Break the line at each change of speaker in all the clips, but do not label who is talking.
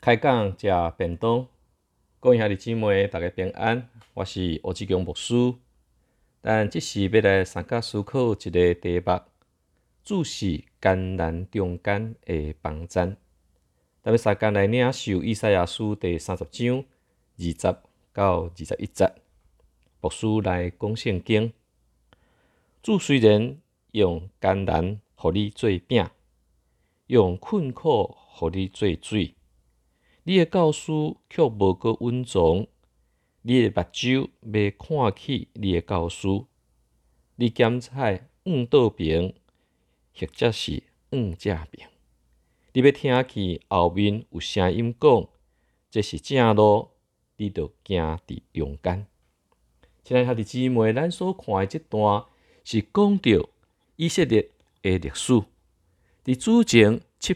开讲食便当，各位兄弟姊妹，大家平安。我是吴志强牧师。但即是要来三角思考一个题目，注是艰难中间的帮赞。咱要三角来领受以赛亚书第30章20到21节。牧师来讲圣经。主虽然用艰难互你做饼，用困苦互你做水。你的教师却无够稳重，你的目睭要看起你的教师，你检采倒边，或者是正边。你要听见后面有声音讲，这是正路，你就行伫中间。亲爱兄弟姊妹，咱所看的这段是讲到以色列的历史，伫主前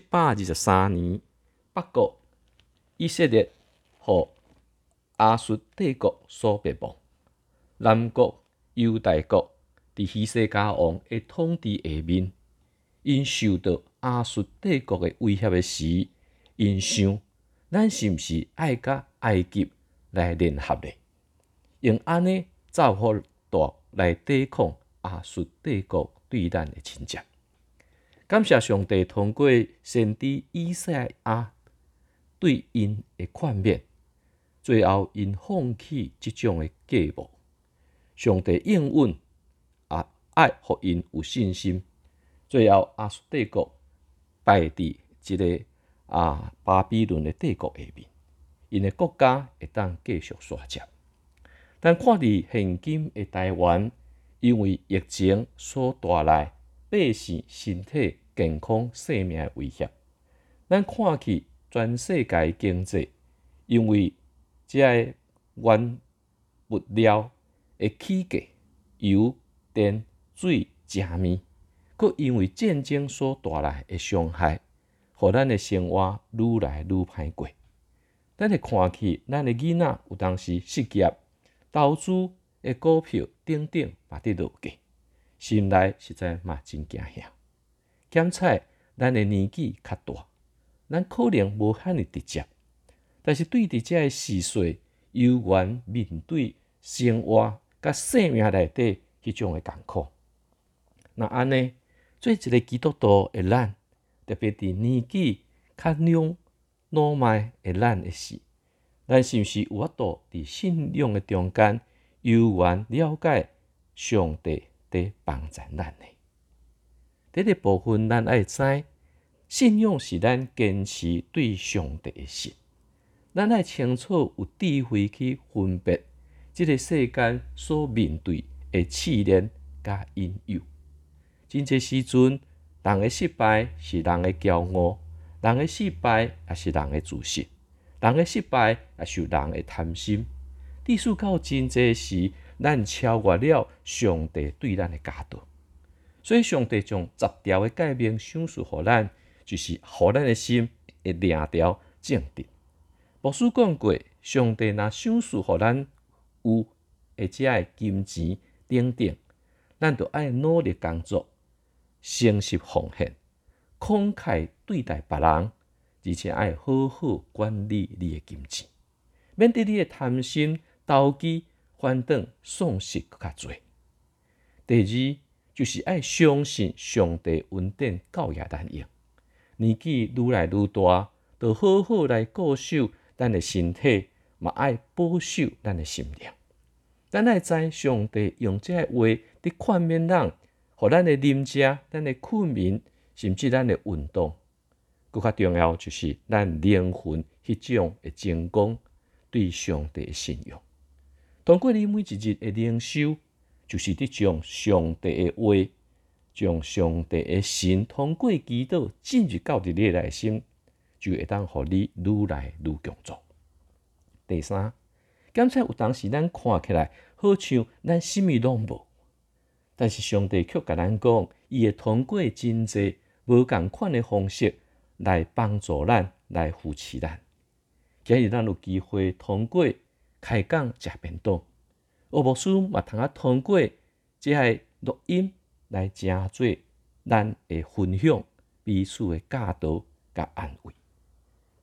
723年，北国以色列互亚述帝国所灭亡，南国犹大国伫希西家王的统治下面，因受到亚述帝国的威胁的时，因想，咱是毋是爱甲埃及来联合咧？用安尼造福大来抵抗亚述帝国对咱的侵占。感谢上帝通过先知以赛亚对因的劝勉，最后因放弃这种的计谋。上帝应允，爱互因有信心。最后亚述帝国败伫一个巴比伦的帝国下面，因的国家会当继续续接。但看伫现今的台湾，因为疫情所带来百姓身体健康性命的威胁，咱看去全世界经济，因为这个原物料的起价，油、电、水、食面，佮因为战争所带来的伤害，互咱的生活愈来愈歹过。咱会看去，咱的囡仔有当时失业、投资的股票等等嘛伫落价，心内实在嘛真惊吓。检采咱的年纪较大，咱可能无遐尼直接，但是对伫这个时势，犹原面对生活甲生命内底迄种的艰苦。那安尼，做一个基督徒的咱，特别伫年纪较老迈的咱的时，咱是毋是有法度伫信仰的中间，犹原了解上帝在帮助咱呢？第一个部分，咱爱知信仰是咱坚持对上帝的信。咱爱清楚有智慧去分别这个世间所面对的试炼甲引诱。真侪时阵，人的失败是人的骄傲，人的失败也是人的自信，人的失败也是人的贪心。历史到真侪时，咱超越了上帝对咱的教导。所以，上帝将10条的诫命赏赐予咱，就是互咱的心会定调正直。牧师讲过，上帝若赏赐予咱有或者的金钱等等，咱就爱努力工作，诚实奉献，慷慨对待别人，而且爱好好管理你的金钱，免得你的贪心、投机、反倒丧失更较多。第二，就是爱相信上帝恩典教育咱用，年纪愈来愈大，就好好来顾守咱的身体，嘛爱保守咱的心灵。咱爱知上帝用这个话伫劝勉咱，互咱的啉食、咱的困眠，甚至咱的运动，更较重要就是咱灵魂迄种的精光，对上帝的信仰。通过你每一日的灵修，就是伫将上帝的话，将上帝的神通过祈祷进入到你的内心，就会当互你愈来愈强壮。第三，检采有当时咱看起来好像咱什么拢无，但是上帝却甲咱讲，伊会通过真侪无共款的方式来帮助咱，来扶持咱。今日咱有机会通过开讲食便当，牧师嘛通通过这个录音来诚做咱的分享，彼此的教导甲安慰。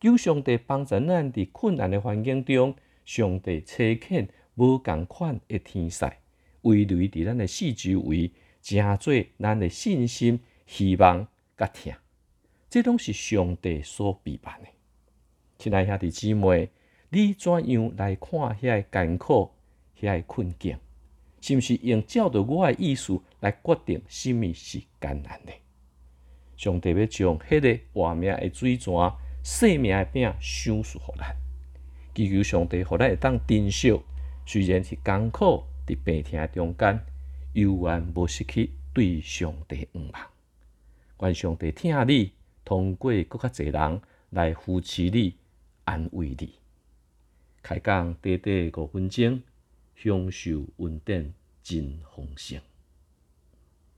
求上帝帮助咱伫困难的环境中，上帝差遣无共款的天使，围绕伫咱的四周围，成做咱的信心、希望甲疼。这拢是上帝所备办的。亲爱兄弟姊妹，你怎样来看遐艰苦、遐困境？是毋是用照着我的意思来决定什么是艰难的？上帝要将迄个活命的水泉、生命的饼赏赐予咱，祈求上帝，互咱会当珍惜，虽然是艰苦伫病痛中间，犹原无失去对上帝仰望。愿上帝听你，通过更较侪人来扶持你、安慰你。开讲短短5分钟，享受稳定真丰盛。